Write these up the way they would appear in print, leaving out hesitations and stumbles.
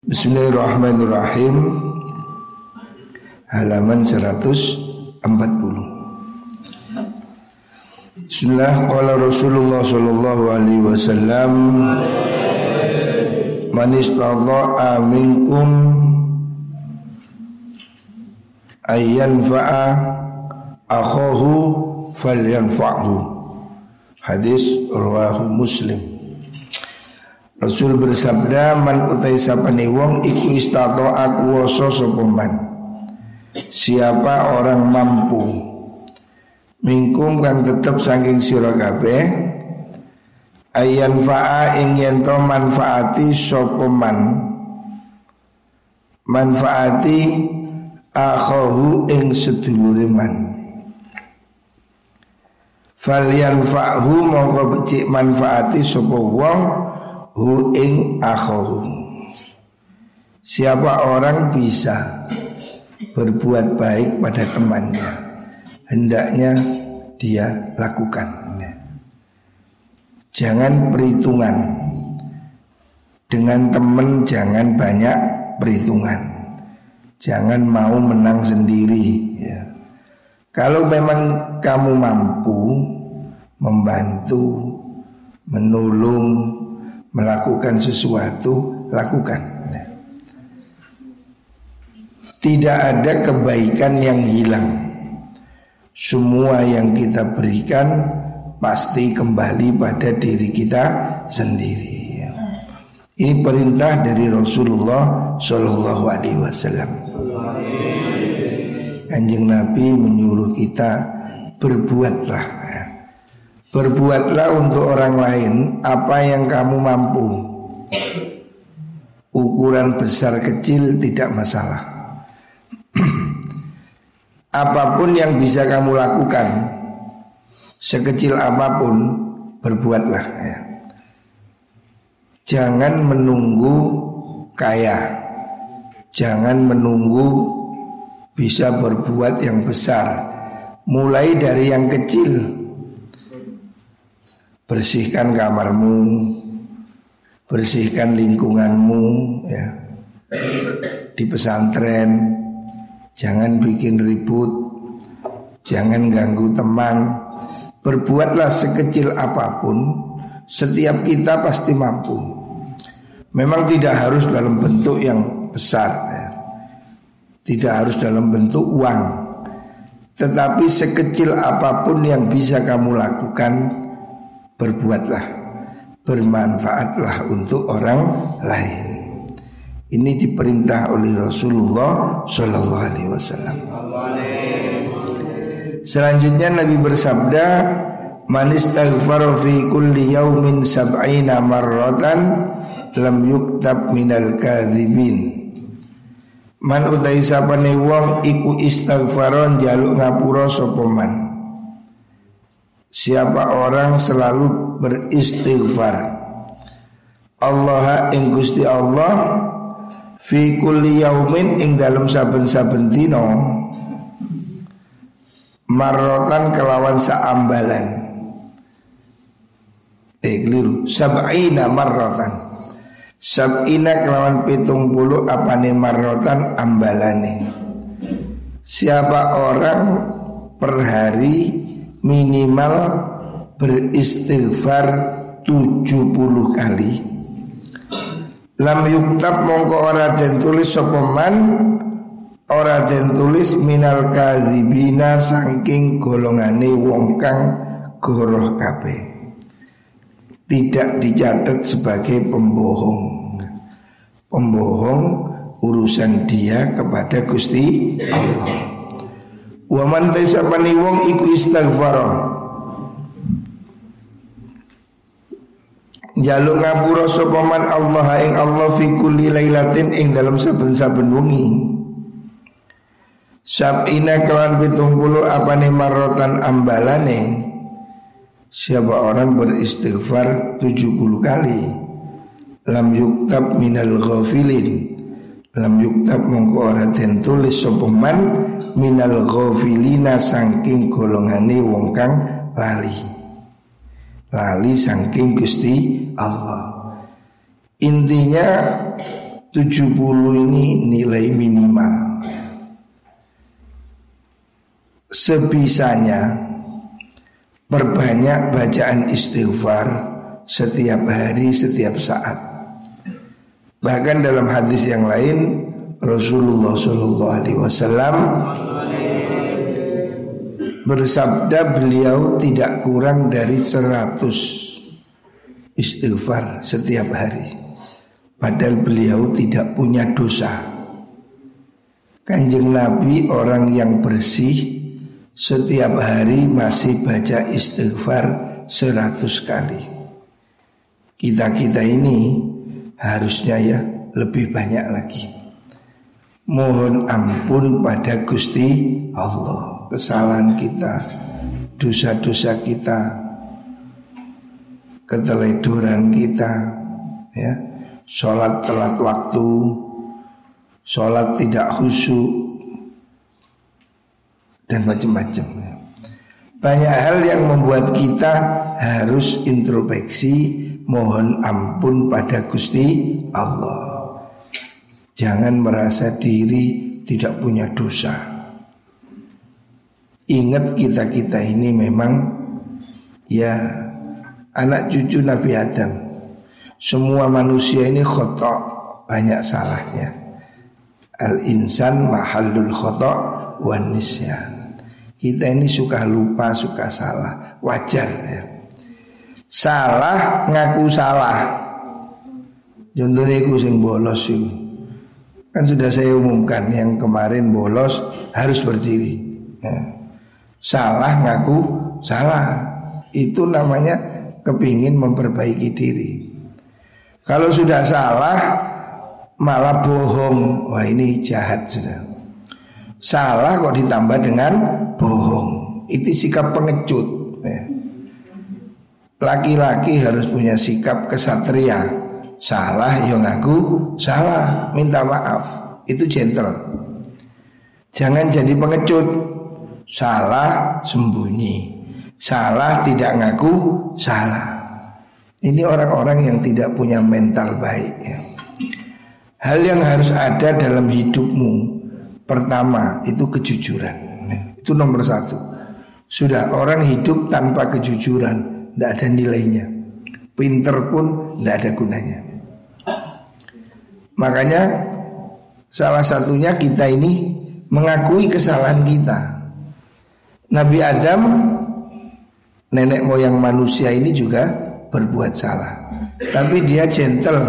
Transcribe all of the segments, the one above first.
Bismillahirrahmanirrahim. Halaman 140. Bismillah. Qala Rasulullah sallallahu alaihi wasallam, man istadha'a minkum ayyanfa'a akhahu falyanfa'hu. Hadis rawahu Muslim. Rasul bersabda, man utai sapane wong iku istata'a kuwasa sapa man. Siapa orang mampu mingkum kang tetep saking sira kabeh ayan fa'a ing yen to manfaati sapa man, manfaati akhahu ing sedulure man, falyanfa'hu mongko becik manfaati sapa wong hu ing akhahu. Siapa orang bisa berbuat baik pada temannya, hendaknya dia lakukan. Jangan perhitungan dengan teman, jangan banyak perhitungan, jangan mau menang sendiri ya. Kalau memang kamu mampu membantu, menolong, melakukan sesuatu, lakukan. Tidak ada kebaikan yang hilang. Semua yang kita berikan pasti kembali pada diri kita sendiri. Ini perintah dari Rasulullah Shallallahu Alaihi Wasallam. Kanjeng Nabi menyuruh kita berbuatlah. Berbuatlah untuk orang lain apa yang kamu mampu. Ukuran besar kecil tidak masalah. Apapun yang bisa kamu lakukan, sekecil apapun, berbuatlah ya. Jangan menunggu kaya, jangan menunggu bisa berbuat yang besar. Mulai dari yang kecil. Bersihkan kamarmu, bersihkan lingkunganmu ya. Di pesantren jangan bikin ribut, jangan ganggu teman. Berbuatlah sekecil apapun. Setiap kita pasti mampu. Memang tidak harus dalam bentuk yang besar ya. Tidak harus dalam bentuk uang. Tetapi sekecil apapun yang bisa kamu lakukan, berbuatlah, bermanfaatlah untuk orang lain. Ini diperintah oleh Rasulullah Sallallahu Alaihi Wasallam. Selanjutnya Nabi bersabda, man istaghfara fi kulli yaumin sab'ina marratan lam yuktab minal kadzibin. Man utai sapane wong iku istighfaron jaluk ngapura sapa man. Siapa orang selalu beristighfar Allah ing Gusti Allah fi kulli yaumin ing dalam saben-saben dina marrotan kelawan saambalan keliru sab'ina marrotan sab'ina kelawan 70 apane marrotan ambalane. Siapa orang per hari minimal beristighfar 70 kali, lam yuktab mongko ora den tulis sapa man, ora den tulis minal kadzibina saking golongane wong kang goroh kabeh. Tidak dicatat sebagai pembohong. Pembohong urusan dia kepada Gusti Allah. Wa man tasabani wong iku istighfara jaluk ngapura sapa man Allah ing Allah fi kulli lailatin ing dalam saben-saben wengi sab'ina kawan 70 apane marrotan ambalane. Siapa orang beristighfar 70 kali, lam yuktab minal ghafilin, lam yuktab mongko ora den tulis sapa man minal ghafilina saking golongane wong kang lali. Lali saking Gusti Allah. Intinya 70 ini nilai minimal. Sebisanya perbanyak bacaan istighfar setiap hari, setiap saat. Bahkan dalam hadis yang lain Rasulullah SAW bersabda, beliau tidak kurang dari 100 istighfar setiap hari. Padahal beliau tidak punya dosa. Kanjeng Nabi orang yang bersih, setiap hari masih baca istighfar 100 kali. Kita-kita ini harusnya ya lebih banyak lagi. Mohon ampun pada Gusti Allah, kesalahan kita, dosa-dosa kita, keteledoran kita, ya, sholat telat waktu, sholat tidak khusyuk, dan macam-macam. Banyak hal yang membuat kita harus introspeksi, mohon ampun pada Gusti Allah. Jangan merasa diri tidak punya dosa. Ingat kita-kita ini memang ya anak cucu Nabi Adam. Semua manusia ini khata', banyak salahnya. Al-insan mahallul khata' wan nisyan. Kita ini suka lupa, suka salah, wajar ya. Salah ngaku salah. Contohnya aku sing bolos itu. Kan sudah saya umumkan, yang kemarin bolos harus berdiri ya. Salah ngaku salah, itu namanya kepingin memperbaiki diri. Kalau sudah salah malah bohong, wah ini jahat sudah. Salah kok ditambah dengan bohong, itu sikap pengecut ya. Laki-laki harus punya sikap kesatria. Salah yang ngaku salah, minta maaf, itu gentle. Jangan jadi pengecut. Salah sembunyi, salah tidak ngaku salah. Ini orang-orang yang tidak punya mental baik ya. Hal yang harus ada dalam hidupmu, pertama itu kejujuran. Itu nomor 1. Sudah orang hidup tanpa kejujuran, tidak ada nilainya. Pinter pun tidak ada gunanya. Makanya salah satunya kita ini mengakui kesalahan kita. Nabi Adam, nenek moyang manusia ini juga berbuat salah, tapi dia gentle.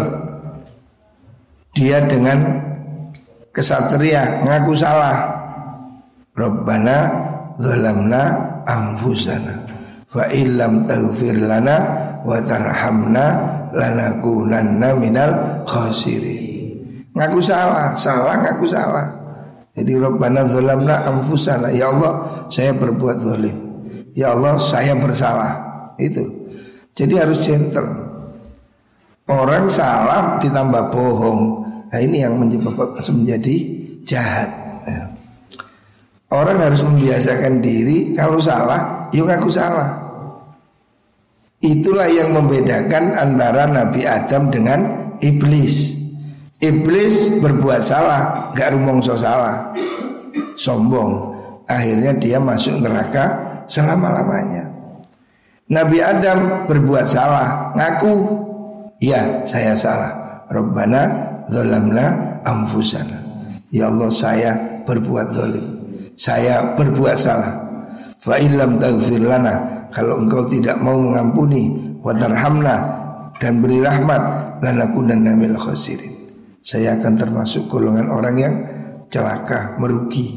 Dia dengan kesatria ngaku salah. Rabbana zalamna anfusana fa illam taghfir lana wa tarhamna lanakunanna minal khasirin. Ngaku salah, ngaku salah. Jadi Rabbana zalamna anfusana, ya Allah saya berbuat zalim, ya Allah saya bersalah. Itu. Jadi harus gentle. Orang salah ditambah bohong, nah ini yang menjadi jahat. Orang harus membiasakan diri, kalau salah, ya ngaku salah. Itulah yang membedakan antara Nabi Adam dengan iblis. Iblis berbuat salah, gak rumongso salah, sombong. Akhirnya dia masuk neraka selama-lamanya. Nabi Adam berbuat salah, ngaku, ya saya salah. Rabbana zalamna anfusana, ya Allah saya berbuat zalim, saya berbuat salah. Fa illam taghfir lana, kalau engkau tidak mau mengampuni, wa tarhamna, dan beri rahmat, lanakunanna minal khasirin, saya akan termasuk golongan orang yang celaka, merugi.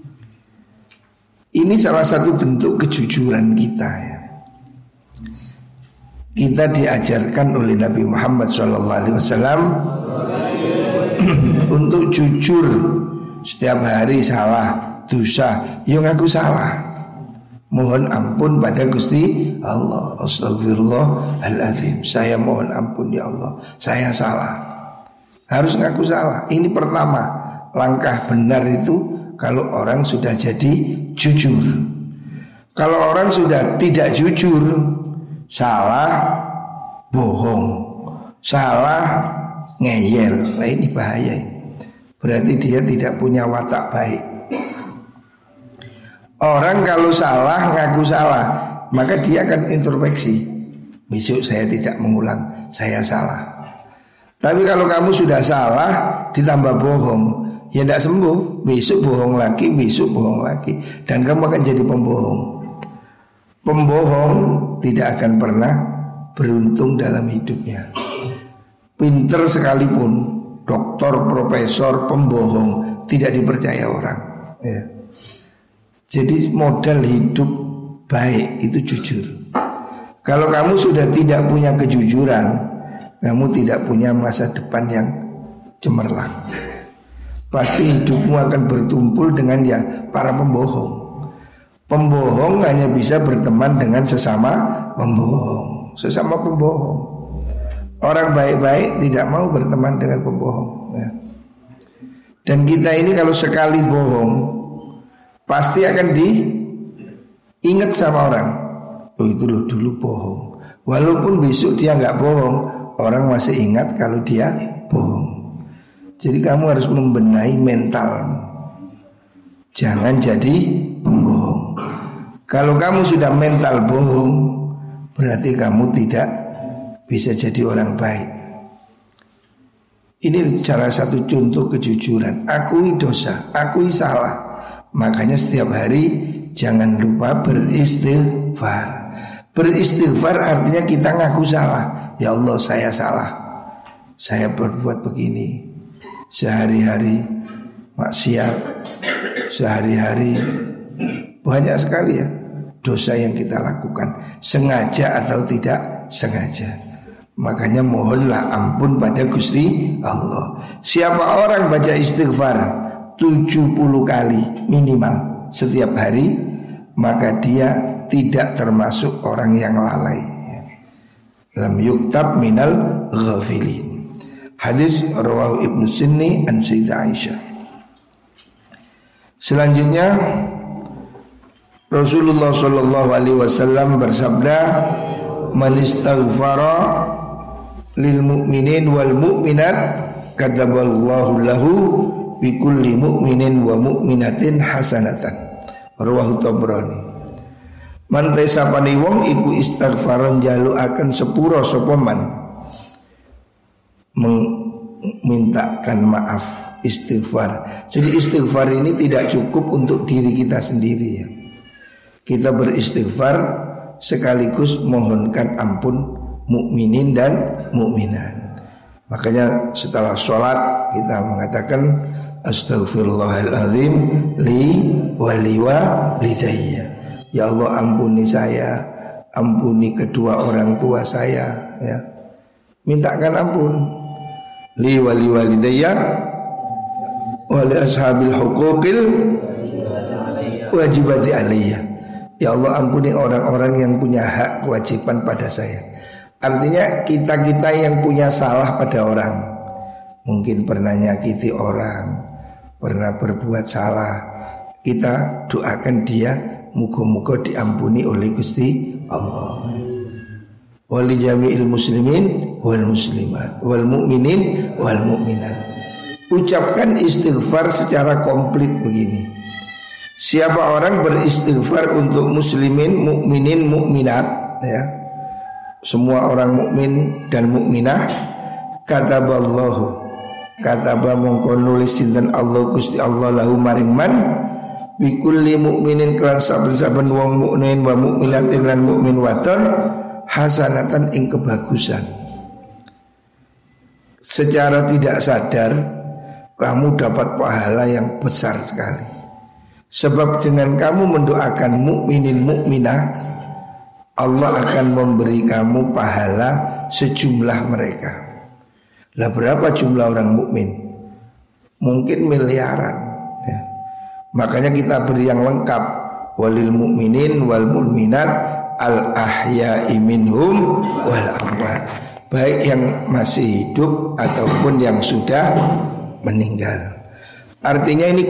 Ini salah satu bentuk kejujuran kita ya. Kita diajarkan oleh Nabi Muhammad SAW untuk jujur. Setiap hari salah, dosa, ya ngaku salah, mohon ampun pada Gusti Allah. Astagfirullahaladzim, saya mohon ampun ya Allah, saya salah. Harus ngaku salah. Ini pertama, langkah benar itu kalau orang sudah jadi jujur. Kalau orang sudah tidak jujur, salah, bohong, salah, ngeyel. Nah ini bahaya. Berarti dia tidak punya watak baik. Orang kalau salah ngaku salah, maka dia akan introspeksi. Besok saya tidak mengulang, saya salah. Tapi kalau kamu sudah salah ditambah bohong, ya tidak sembuh. Besok bohong lagi, besok bohong lagi, dan kamu akan jadi pembohong. Pembohong tidak akan pernah beruntung dalam hidupnya. Pinter sekalipun, doktor, profesor, pembohong tidak dipercaya orang ya. Jadi modal hidup baik itu jujur. Kalau kamu sudah tidak punya kejujuran, kamu tidak punya masa depan yang cemerlang. Pasti hidupmu akan bertumpul dengan ya para pembohong. Pembohong hanya bisa berteman dengan sesama pembohong. Sesama pembohong. Orang baik-baik tidak mau berteman dengan pembohong ya. Dan kita ini kalau sekali bohong, pasti akan diingat sama orang. Oh itu loh dulu bohong. Walaupun besok dia nggak bohong, orang masih ingat kalau dia bohong. Jadi kamu harus membenahi mental. Jangan jadi pembohong. Kalau kamu sudah mental bohong, berarti kamu tidak bisa jadi orang baik. Ini salah satu contoh kejujuran. Akui dosa, akui salah. Makanya setiap hari jangan lupa beristighfar. Beristighfar artinya kita ngaku salah. Ya Allah saya salah, saya berbuat begini. Sehari-hari maksiat, sehari-hari banyak sekali ya dosa yang kita lakukan, sengaja atau tidak sengaja. Makanya mohonlah ampun pada Gusti Allah. Siapa orang baca istighfar 70 kali minimal setiap hari, maka dia tidak termasuk orang yang lalai. Lam yuktab minal ghafilin. Hadis rawahu Ibnu Sunni an Sayyidah Aisyah. Selanjutnya Rasulullah sallallahu alaihi wasallam bersabda, "Man istaghfara lil mu'minin wal mu'minat kataballahu lahu bi kulli mu'minin wa mu'minatin hasanatan." Rawahu Tabrani. Man tesapane wong iku istighfaran jalukaken sepura sapa man, memintakan maaf, istighfar. Jadi istighfar ini tidak cukup untuk diri kita sendiri ya. Kita beristighfar sekaligus mohonkan ampun mukminin dan mukminat. Makanya setelah sholat kita mengatakan astaghfirullahaladzim li wali walidayya. Ya Allah ampuni saya, ampuni kedua orang tua saya ya. Mintakan ampun li wali walidayya wa li ashabil huquqil wajibati aliyya. Ya Allah ampuni orang-orang yang punya hak kewajiban pada saya. Artinya kita-kita yang punya salah pada orang, mungkin pernah nyakiti orang, pernah berbuat salah, kita doakan dia muga-muga diampuni oleh Gusti Allah. Wali jami'il muslimin wal muslimat wal mu'minin wal mu'minat. Ucapkan istighfar secara komplit begini. Siapa orang beristighfar untuk muslimin, mukminin, mukminat ya, semua orang mukmin dan mukminah, kataballahu, kataba mongko nulis sinten Allah Gusti Allah lahu maring man bi kulli mukminin kelan saben-saben wong mukmin wa mukminatin lan mukmin wadon hasanatan ing kebagusan. Secara tidak sadar kamu dapat pahala yang besar sekali. Sebab dengan kamu mendoakan mukminin mukminah, Allah akan memberi kamu pahala sejumlah mereka. Lah berapa jumlah orang mukmin? Mungkin miliaran ya. Makanya kita beri yang lengkap, walil mukminin wal mu'minat al ahya'i minhum wal amwat, baik yang masih hidup ataupun yang sudah meninggal. Artinya ini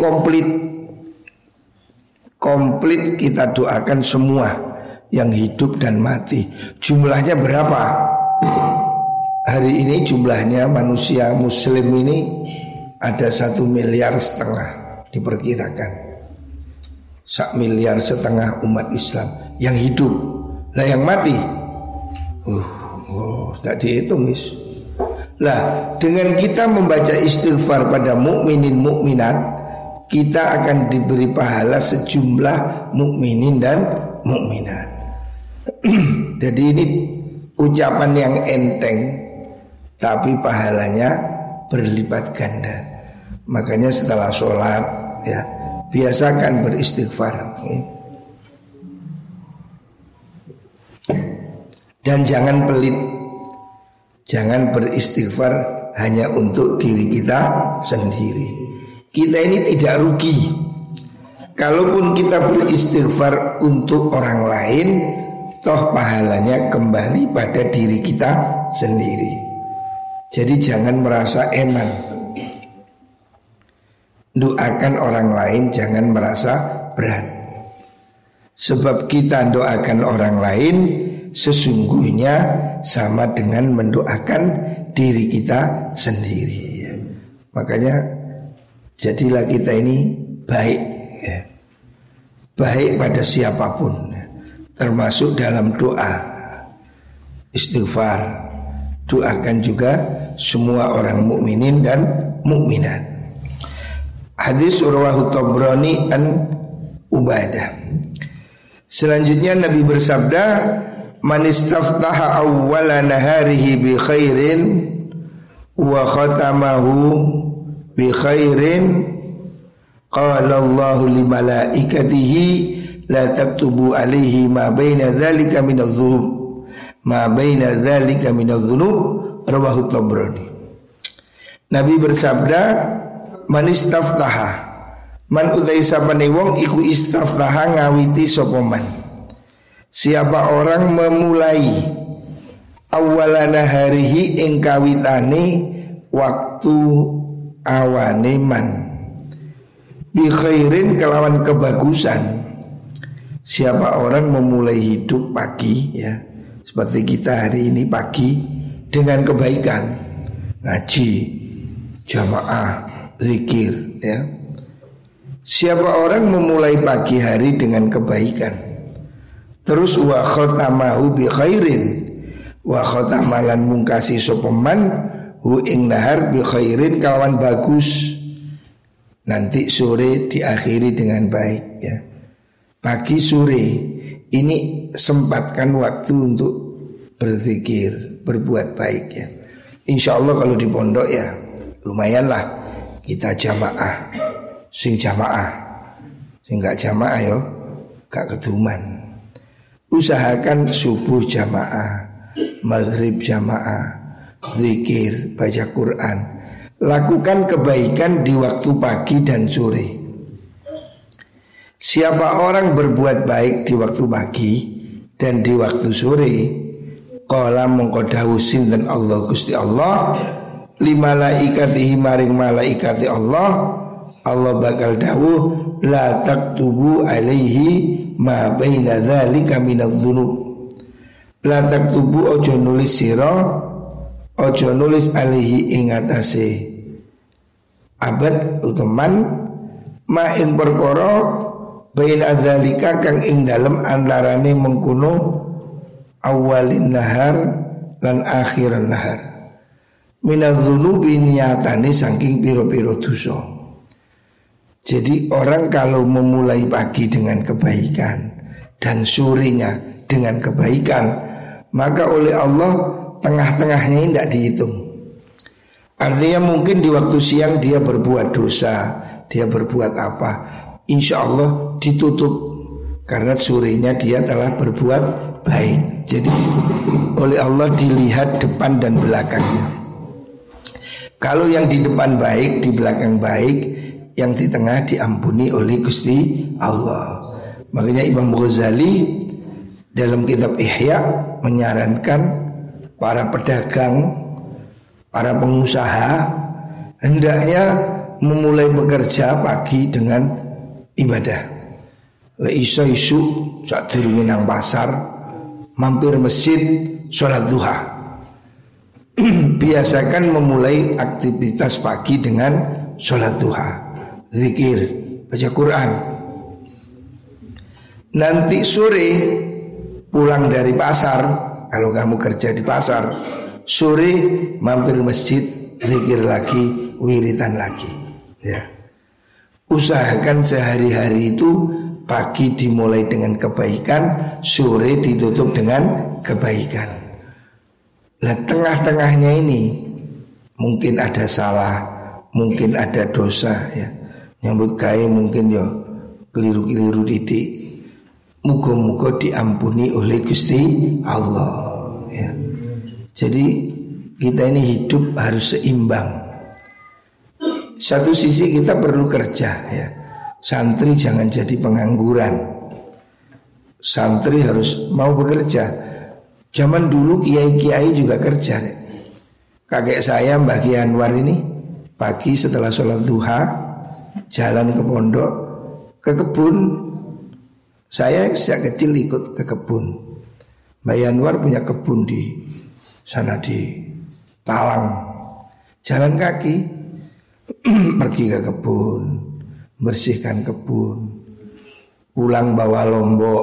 komplit kita doakan semua yang hidup dan mati. Jumlahnya berapa? hari ini jumlahnya manusia muslim ini ada 1,5 miliar diperkirakan. 1,5 miliar umat Islam yang hidup. Lah yang mati tidak dihitung guys. Lah dengan kita membaca istighfar pada mukminin mukminat, kita akan diberi pahala sejumlah mukminin dan mukminat. Jadi ini ucapan yang enteng, tapi pahalanya berlipat ganda. Makanya setelah sholat ya, biasakan beristighfar. Dan jangan pelit. Jangan beristighfar hanya untuk diri kita sendiri. Kita ini tidak rugi. Kalaupun kita beristighfar untuk orang lain, toh pahalanya kembali pada diri kita sendiri. Jadi jangan merasa eman. Doakan orang lain jangan merasa berat. Sebab kita doakan orang lain sesungguhnya sama dengan mendoakan diri kita sendiri ya. Makanya jadilah kita ini baik ya. Baik pada siapapun ya. Termasuk dalam doa istighfar. Doakan juga semua orang mukminin dan mukminat. Hadis rawahu Tabrani an Ubadah. Selanjutnya Nabi bersabda, man istaftaha awwala naharihi bi khairin wa khatamahu bi khairin qala Allahu li malaikatihi la taktubu alaihi ma baina dzalika minadh-dhunub ma baina dzalika minadh-dhunub rawahu Tabrani. Nabi bersabda, man istaftaha, man utai sapane wong iku istaftaha ngawiti sapa man. Siapa orang memulai awalana harihi ing kawitane waktu awane man bi khairin kelawan kebagusan. Siapa orang memulai hidup pagi ya, seperti kita hari ini pagi dengan kebaikan, ngaji, jamaah, zikir ya. Siapa orang memulai pagi hari dengan kebaikan, terus wa khatamahu bi khairin, wa khatamalan mungkasi sopeman hu ing nahar bi khairin kawan bagus, nanti sore diakhiri dengan baik ya. Pagi sore ini sempatkan waktu untuk berzikir, berbuat baik ya. Insya Allah kalau di pondok ya lumayanlah kita jamaah. Sing jamaah, sing gak jamaah yo gak keduman. Usahakan subuh jamaah, maghrib jamaah, zikir, baca Quran. Lakukan kebaikan di waktu pagi dan sore. Siapa orang berbuat baik di waktu pagi dan di waktu sore, qala mongko dawuh sinten Allah Gusti Allah li malaikatihi maring malaikati Allah, Allah bakal dawuh la taktubu alaihi ma baina dzalika minadh-dhunub. La taktubu ojo nulis sira, ojo nulis alaihi ing atase abad uteman ma ing perkara baina dzalika kang ing dalem antarane mengkono awalin nahar lan akhiran nahar minadh-dhunubi nyatane saking pira-pira dosa. Jadi orang kalau memulai pagi dengan kebaikan dan sorenya dengan kebaikan, maka oleh Allah tengah-tengahnya ini tidak dihitung. Artinya mungkin di waktu siang dia berbuat dosa, dia berbuat apa, insya Allah ditutup karena sorenya dia telah berbuat baik. Jadi oleh Allah dilihat depan dan belakangnya. Kalau yang di depan baik, di belakang baik, yang di tengah diampuni oleh Gusti Allah. Makanya Imam Ghazali dalam kitab Ihya menyarankan para pedagang, para pengusaha hendaknya memulai bekerja pagi dengan ibadah. Isu-isu sak durunge nang pasar, mampir masjid, sholat duha. biasakan memulai aktivitas pagi dengan sholat duha, zikir, baca Quran. Nanti sore pulang dari pasar, kalau kamu kerja di pasar, sore mampir masjid, zikir lagi, wiridan lagi. Ya. Usahakan sehari-hari itu pagi dimulai dengan kebaikan, sore ditutup dengan kebaikan. Nah, tengah-tengahnya ini mungkin ada salah, mungkin ada dosa ya. Nyambut gawe mungkin ya keliru-keliru didik. Muga-muga diampuni oleh Gusti Allah ya. Jadi kita ini hidup harus seimbang. Satu sisi kita perlu kerja ya. Santri jangan jadi pengangguran. Santri harus mau bekerja. Zaman dulu kiai-kiai juga kerja. Kakek saya Mbah Ki Anwar ini pagi setelah sholat duha jalan ke pondok, ke kebun. Saya sejak kecil ikut ke kebun. Mbah Anwar punya kebun di sana di Talang. Jalan kaki pergi ke kebun, bersihkan kebun, pulang bawa lombok,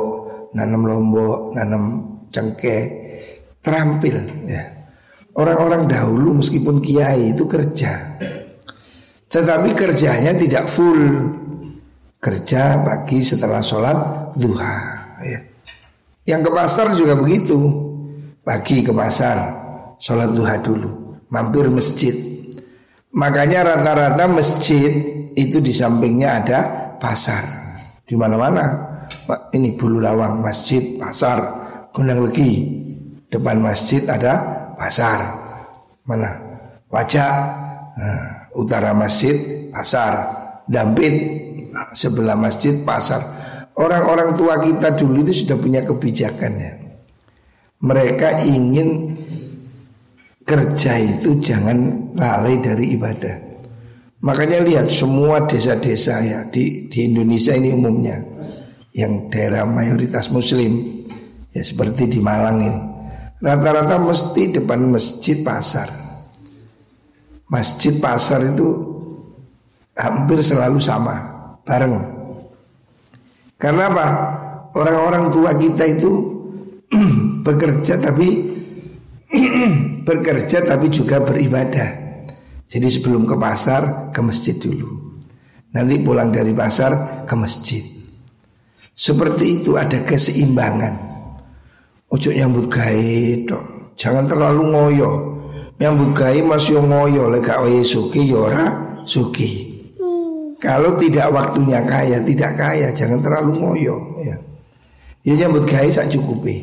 nanam cengkeh. Terampil ya. Orang-orang dahulu meskipun kiai itu kerja, tetapi kerjanya tidak full. Kerja pagi setelah sholat duha ya. Yang ke pasar juga begitu. Pagi ke pasar, sholat duha dulu, mampir masjid. Makanya rata-rata masjid itu di sampingnya ada pasar. Di mana-mana. Ini Bulu Lawang, masjid, pasar, Gondang Legi. Depan masjid ada pasar. Mana? Wajak. Nah, utara masjid pasar. Dampit sebelah masjid pasar. Orang-orang tua kita dulu itu sudah punya kebijakannya. Mereka ingin kerja itu jangan lalai dari ibadah. Makanya lihat semua desa-desa ya di Indonesia ini umumnya, yang daerah mayoritas muslim ya seperti di Malang ini, rata-rata mesti depan masjid pasar. Masjid pasar itu hampir selalu sama, bareng. Karena apa? Orang-orang tua kita itu bekerja tapi juga beribadah. Jadi sebelum ke pasar ke masjid dulu. Nanti pulang dari pasar ke masjid. Seperti itu ada keseimbangan. Ojo nyambut gawe tok. Jangan terlalu ngoyo. Nyambut gawe masih ngoyo lek gak wae sugih ya ora sugih. Kalau tidak waktunya kaya, tidak kaya, jangan terlalu ngoyo ya. Ya nyambut gawe sak cukupe.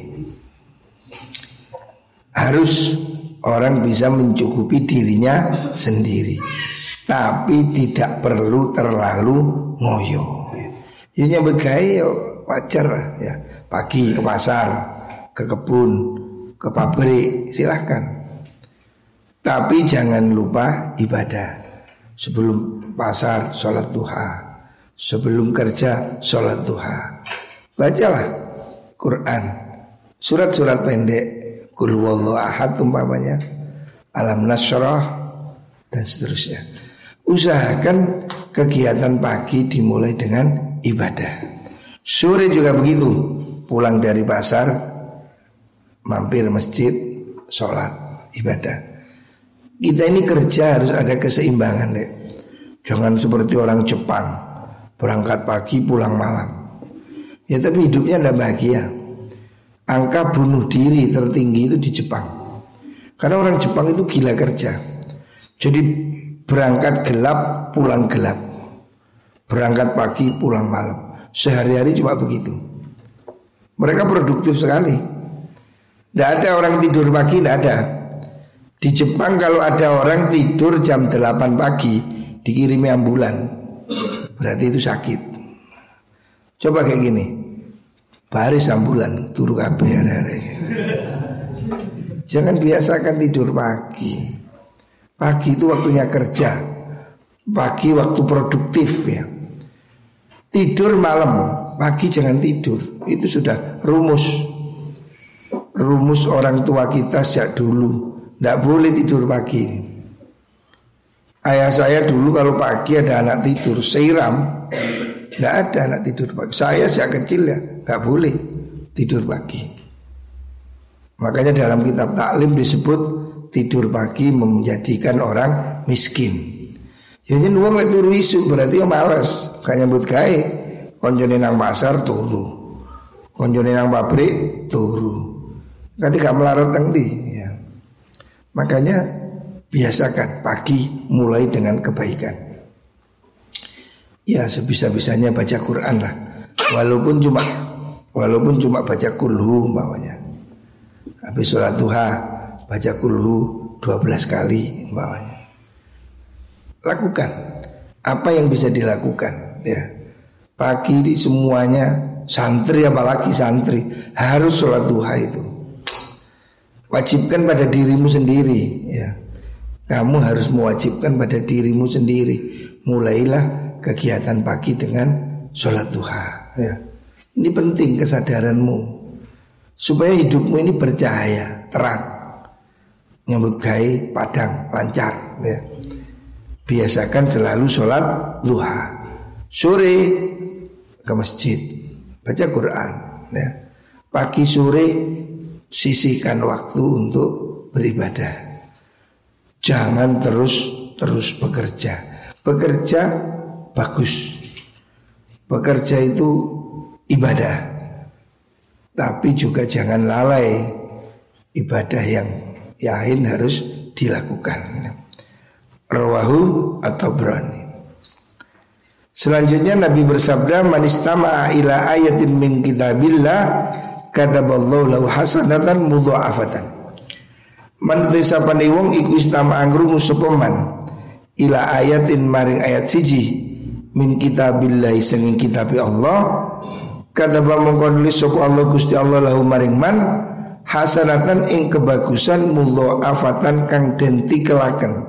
Harus orang bisa mencukupi dirinya sendiri, tapi tidak perlu terlalu ngoyo. Ya nyambut gawe ya wajar lah ya. Pagi ke pasar, ke kebun, ke pabrik, silahkan. Tapi jangan lupa ibadah. Sebelum pasar sholat duha, sebelum kerja sholat duha. Bacalah Quran, surat-surat pendek, Qul huwallahu ahad umpamanya, Alam Nashrah dan seterusnya. Usahakan kegiatan pagi dimulai dengan ibadah. Sore juga begitu. Pulang dari pasar, mampir masjid, sholat, ibadah. Kita ini kerja harus ada keseimbangan deh. Jangan seperti orang Jepang, berangkat pagi pulang malam. Ya tapi hidupnya tidak bahagia. Angka bunuh diri tertinggi itu di Jepang. Karena orang Jepang itu gila kerja. Jadi berangkat gelap, pulang gelap. Berangkat pagi, pulang malam. Sehari-hari cuma begitu. Mereka produktif sekali. Tidak ada orang tidur pagi, tidak ada. Di Jepang kalau ada orang tidur jam 8 pagi dikirimi ambulan, berarti itu sakit. Coba kayak gini, baris ambulan turu kabeh hari-hari. Jangan biasakan tidur pagi. Pagi itu waktunya kerja. Pagi waktu produktif ya. Tidur malam, pagi jangan tidur. Itu sudah rumus orang tua kita sejak dulu. Tidak boleh tidur pagi. Ayah saya dulu kalau pagi ada anak tidur siram, tidak ada anak tidur pagi. Saya sejak kecil ya nggak boleh tidur pagi. Makanya dalam kitab taklim disebut tidur pagi menjadikan orang miskin. Jadi uang lek turu isu berarti malas, gak nyambut gawe. Konjone nang pasar turu, konjone nang pabrik turu. Nanti gak melarat nang ndi ya. Makanya biasakan pagi mulai dengan kebaikan. Ya sebisa-bisanya baca Quran lah. Walaupun cuma baca kulhu umpamanya. Habis sholat duha baca kulhu 12 kali umpamanya. Lakukan apa yang bisa dilakukan ya. Pagi ini semuanya santri apalagi santri harus sholat duha itu. Wajibkan pada dirimu sendiri ya. Kamu harus mewajibkan pada dirimu sendiri. Mulailah kegiatan pagi dengan sholat duha ya. Ini penting kesadaranmu supaya hidupmu ini bercahaya, terang, nyambut gawe padang, lancar ya. Biasakan selalu sholat duha. Sore ke masjid baca Quran ya. Pagi sore sisihkan waktu untuk beribadah. Jangan terus bekerja. Bekerja bagus. Bekerja itu ibadah. Tapi juga jangan lalai ibadah yang lain harus dilakukan. Rawahu at-Tabrani. Selanjutnya Nabi bersabda, "Man istama'a ila ayatin min kitabillah kataballahu lahu hasanatan mudha'afatan." Man tisapane wong iku istama'a ngrungu sapa man ila ayatin maring ayat siji min kitabillah sing kitab Allah kataba mongko nulis sapa Allah Gusti Allah lahu maring man hasanatan ing kebagusan mudha'afatan kang den tikelaken.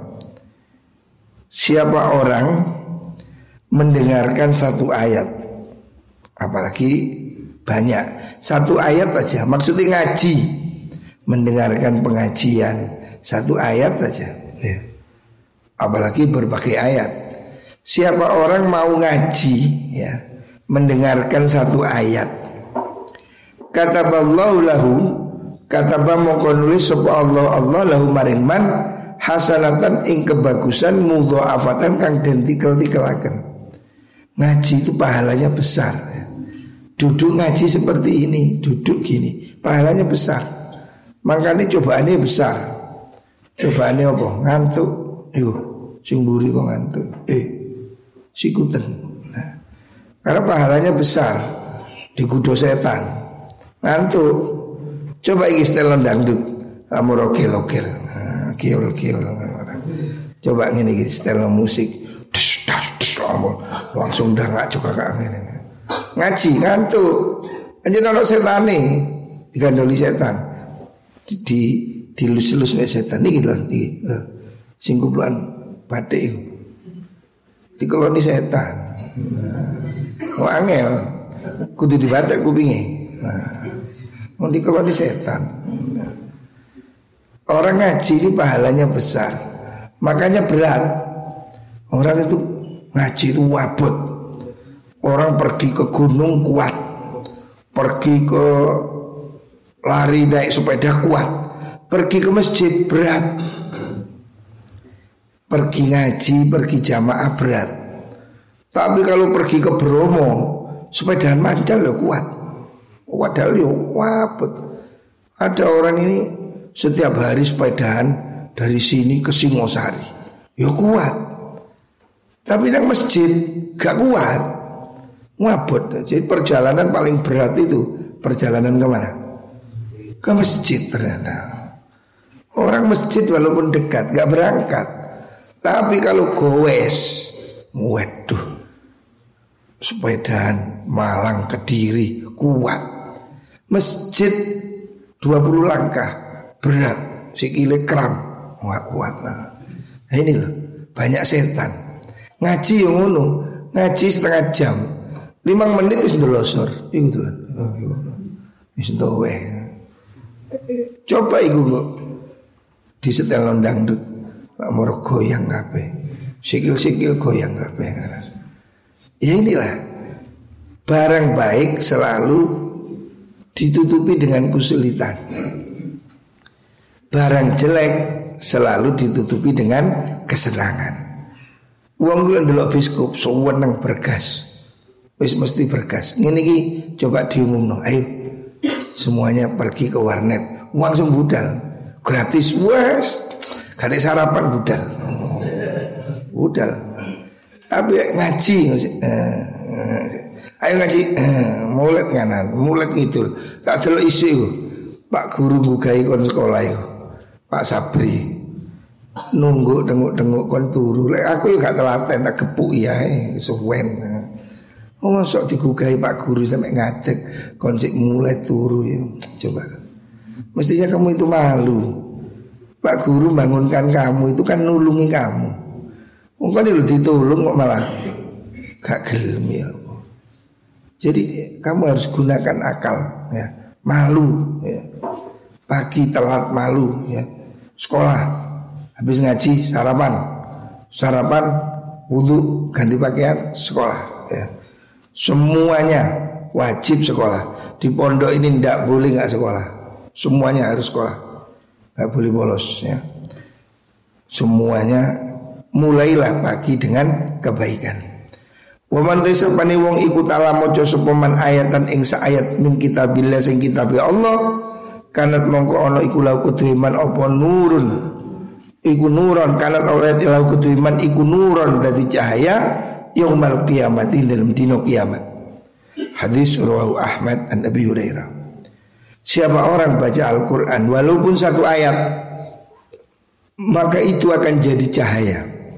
Siapa orang mendengarkan satu ayat, apalagi banyak, satu ayat aja, maksudnya ngaji, mendengarkan pengajian, satu ayat aja ya. Apalagi berbagai ayat. Siapa orang mau ngaji ya, mendengarkan satu ayat, kataballahu lahu, kataba mongko nulis sapa Allah lahu maring man hasanatan ing kebagusan mudha'afatan kang den tikel-tikelaken. Ngaji itu pahalanya besar ya. Duduk ngaji seperti ini, duduk gini, pahalanya besar. Makanya cobaannya besar. Cobaannya apa? Ngantuk. Yuk, sing mburi kok ngantuk. Sikuten. Nah, karena pahalanya besar. Digoda setan. Ngantuk. Coba iki setelan dangdut. Kamu rogel-rogel. Kiol-kiol. Coba ngene iki setel musik. Langsung udah gak juga kayak ngene. Ngaji ngantuk. Anjir ono setane digandoli setan. Dilus-lus nek setan iki lho iki. Sing kuplukan bathik iku. Dikeloni setan. Oh angel. Kudu dibatek kupinge. Mau dikeloni setan. Orang ngaji ini pahalanya besar. Makanya berat. Orang itu ngaji itu wabut. Orang pergi ke gunung kuat, pergi ke lari naik sepeda kuat, pergi ke masjid berat, pergi ngaji, pergi jamaah berat. Tapi kalau pergi ke Bromo, sepedaan mancal lo kuat. Padahal yo wabut. Ada orang ini setiap hari sepedaan dari sini ke Singosari, yo kuat. Tapi nang masjid gak kuat, wabut. Jadi perjalanan paling berat itu perjalanan kemana? Ke masjid ternyata. Orang masjid walaupun dekat gak berangkat. Tapi kalau goes, waduh, sepedaan Malang Kediri kuat. Masjid 20 langkah berat, sikile kram, gak kuat. Nah ini loh, banyak setan. Ngaji yang ngono, ngaji setengah jam, 5 menit wis ndelosor. Iku to lho. Wis entuk. Coba iku kok. disetel dangdut, lamor goyang kabeh, sikil-sikil goyang kabeh. Ya inilah, barang baik selalu ditutupi dengan kesulitan, barang jelek selalu ditutupi dengan kesenangan. Wong kuwi ndelok biskop seneng bergas, wis mesti bergas. Ngene iki coba diumumno, ayo semuanya pergi ke warnet, langsung budal, gratis, wes, gak ada sarapan budal. Tapi ngaji, ayo ngaji, mulet nganan, mulet ngidul. Tak delok isu Pak guru bukai kon sekolah itu, Pak Sabri, nunggu tengok kon turu. Lek aku gak telaten, tak gepuk ya, suwen. Masuk digugai Pak guru sampai ngadeg, konsep mulai turu ya. Coba, mestinya kamu itu malu. Pak guru bangunkan kamu itu kan nulungi kamu. Mungkin lu ditolong kok malah gak gelem ya. Jadi kamu harus gunakan akal ya. Malu ya. Pagi telat malu ya. Sekolah habis ngaji sarapan wudu ganti pakaian sekolah ya. Semuanya wajib sekolah. Di pondok ini tidak boleh nggak sekolah. Semuanya harus sekolah, nggak boleh bolos ya. Semuanya mulailah pagi dengan kebaikan. Waman tesapani wong ikut alam mojo sepeman ayatan ing saayat min kitabillah sing kitabe Allah kanat mongko ono iku lau kuduiman opo nurun iku nuron kanat oleh lau kuduiman iku nuron dadi cahaya yaumal qiyamati dalam dino kiamat. Hadis rawahu Ahmad an Abi Hurairah. Siapa orang baca Al-Quran walaupun satu ayat, maka itu akan jadi cahaya.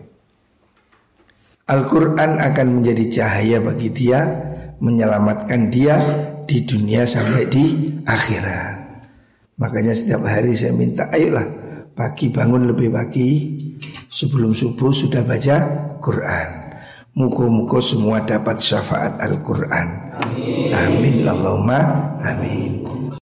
Al-Quran akan menjadi cahaya bagi dia, menyelamatkan dia di dunia sampai di akhirat. Makanya setiap hari saya minta, ayolah pagi bangun lebih pagi, sebelum subuh sudah baca Quran. Muka-muka semua dapat syafaat Al-Quran. Amin. Allahumma amin.